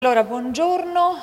Allora, buongiorno,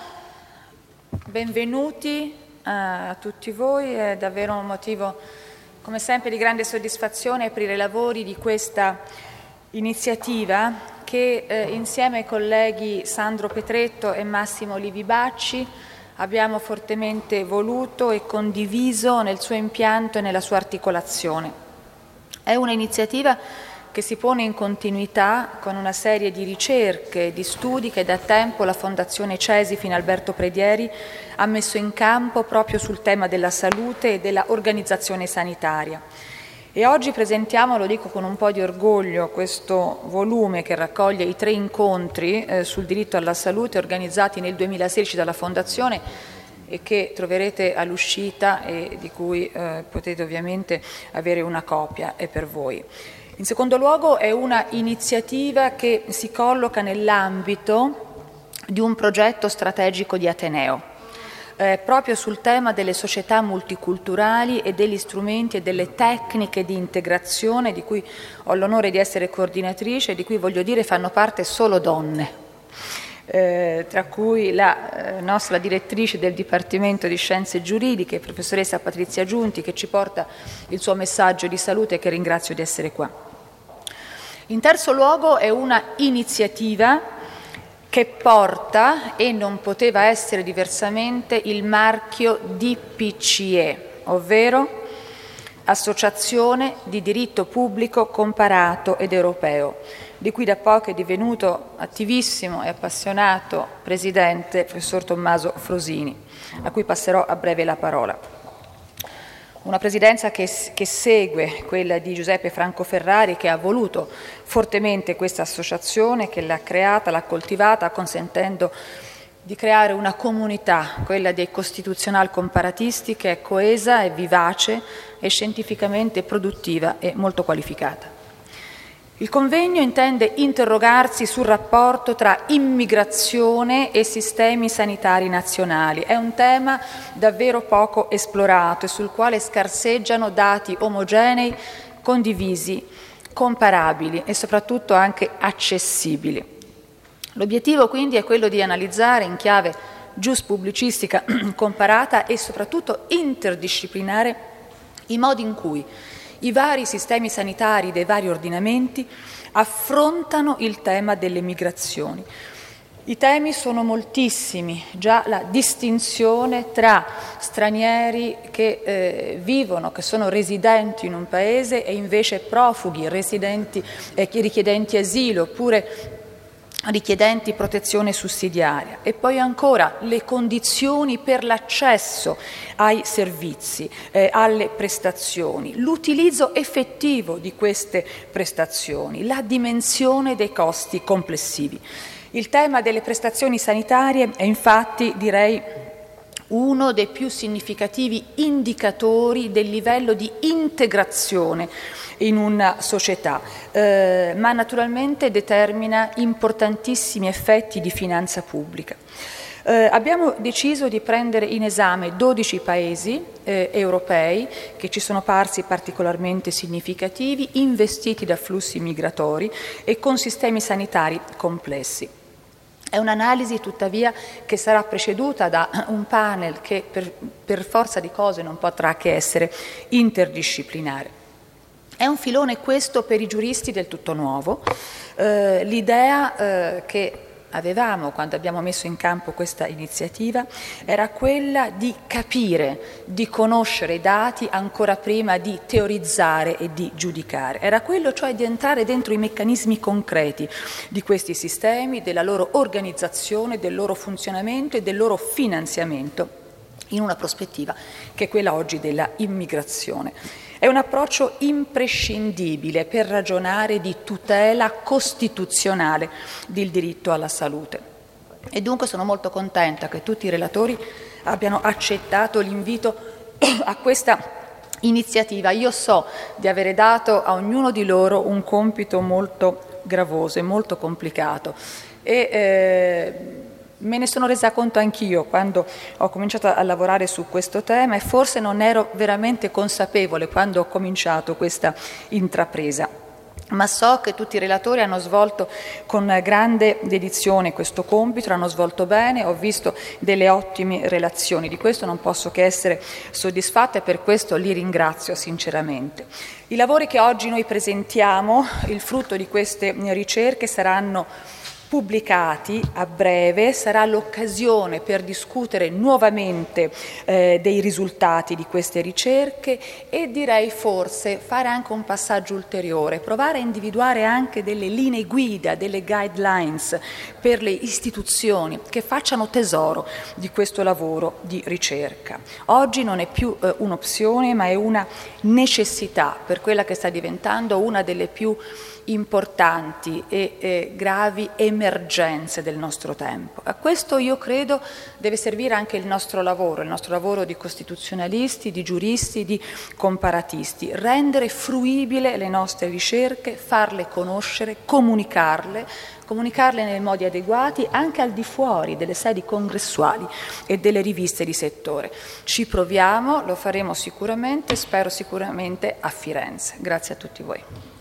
benvenuti a tutti voi. È davvero un motivo, come sempre, di grande soddisfazione aprire i lavori di questa iniziativa che insieme ai colleghi Sandro Petretto e Massimo Livi Bacci abbiamo fortemente voluto e condiviso nel suo impianto e nella sua articolazione. È un'iniziativa che si pone in continuità con una serie di ricerche e di studi che da tempo la Fondazione Cesi Finalberto Predieri ha messo in campo proprio sul tema della salute e della organizzazione sanitaria. E oggi presentiamo, lo dico con un po' di orgoglio, questo volume che raccoglie i 3 incontri sul diritto alla salute organizzati nel 2016 dalla Fondazione e che troverete all'uscita e di cui potete ovviamente avere una copia, è per voi. In secondo luogo è una iniziativa che si colloca nell'ambito di un progetto strategico di Ateneo, proprio sul tema delle società multiculturali e degli strumenti e delle tecniche di integrazione di cui ho l'onore di essere coordinatrice e di cui voglio dire fanno parte solo donne. Tra cui la nostra direttrice del Dipartimento di Scienze Giuridiche, professoressa Patrizia Giunti, che ci porta il suo messaggio di salute e che ringrazio di essere qua. In terzo luogo è una iniziativa che porta, e non poteva essere diversamente, il marchio DPCE, ovvero Associazione di Diritto Pubblico Comparato ed Europeo, di cui da poco è divenuto attivissimo e appassionato presidente il professor Tommaso Frosini, a cui passerò a breve la parola. Una presidenza che segue quella di Giuseppe Franco Ferrari, che ha voluto fortemente questa associazione, che l'ha creata, l'ha coltivata, consentendo di creare una comunità, quella dei costituzional comparatisti, che è coesa, è vivace, è scientificamente produttiva e molto qualificata. Il convegno intende interrogarsi sul rapporto tra immigrazione e sistemi sanitari nazionali. È un tema davvero poco esplorato e sul quale scarseggiano dati omogenei, condivisi, comparabili e soprattutto anche accessibili. L'obiettivo quindi è quello di analizzare in chiave giuspubblicistica comparata e soprattutto interdisciplinare i modi in cui i vari sistemi sanitari dei vari ordinamenti affrontano il tema delle migrazioni. I temi sono moltissimi, già la distinzione tra stranieri che vivono, che sono residenti in un paese e invece profughi, residenti, richiedenti asilo oppure richiedenti protezione sussidiaria, e poi ancora le condizioni per l'accesso ai servizi, alle prestazioni, l'utilizzo effettivo di queste prestazioni, la dimensione dei costi complessivi. Il tema delle prestazioni sanitarie è infatti, direi, uno dei più significativi indicatori del livello di integrazione in una società, ma naturalmente determina importantissimi effetti di finanza pubblica. Abbiamo deciso di prendere in esame 12 paesi europei che ci sono parsi particolarmente significativi, investiti da flussi migratori e con sistemi sanitari complessi. È un'analisi tuttavia che sarà preceduta da un panel che per forza di cose non potrà che essere interdisciplinare. È un filone questo per i giuristi del tutto nuovo. L'idea che avevamo quando abbiamo messo in campo questa iniziativa era quella di capire, di conoscere i dati ancora prima di teorizzare e di giudicare. Era quello cioè di entrare dentro i meccanismi concreti di questi sistemi, della loro organizzazione, del loro funzionamento e del loro finanziamento in una prospettiva che è quella oggi della immigrazione. È un approccio imprescindibile per ragionare di tutela costituzionale del diritto alla salute. E dunque sono molto contenta che tutti i relatori abbiano accettato l'invito a questa iniziativa. Io so di avere dato a ognuno di loro un compito molto gravoso e molto complicato e me ne sono resa conto anch'io quando ho cominciato a lavorare su questo tema e forse non ero veramente consapevole quando ho cominciato questa intrapresa. ma so che tutti i relatori hanno svolto con grande dedizione questo compito, l'hanno svolto bene, ho visto delle ottime relazioni, di questo non posso che essere soddisfatta e per questo li ringrazio sinceramente. I lavori che oggi noi presentiamo, il frutto di queste ricerche, saranno pubblicati a breve, sarà l'occasione per discutere nuovamente dei risultati di queste ricerche e direi forse fare anche un passaggio ulteriore, provare a individuare anche delle linee guida, delle guidelines per le istituzioni che facciano tesoro di questo lavoro di ricerca. Oggi non è più un'opzione, ma è una necessità per quella che sta diventando una delle più importanti e gravi emergenze del nostro tempo. A questo io credo deve servire anche il nostro lavoro di costituzionalisti, di giuristi, di comparatisti, rendere fruibile le nostre ricerche, farle conoscere, comunicarle nei modi adeguati anche al di fuori delle sedi congressuali e delle riviste di settore. Ci proviamo, lo faremo sicuramente, spero sicuramente a Firenze. Grazie a tutti voi.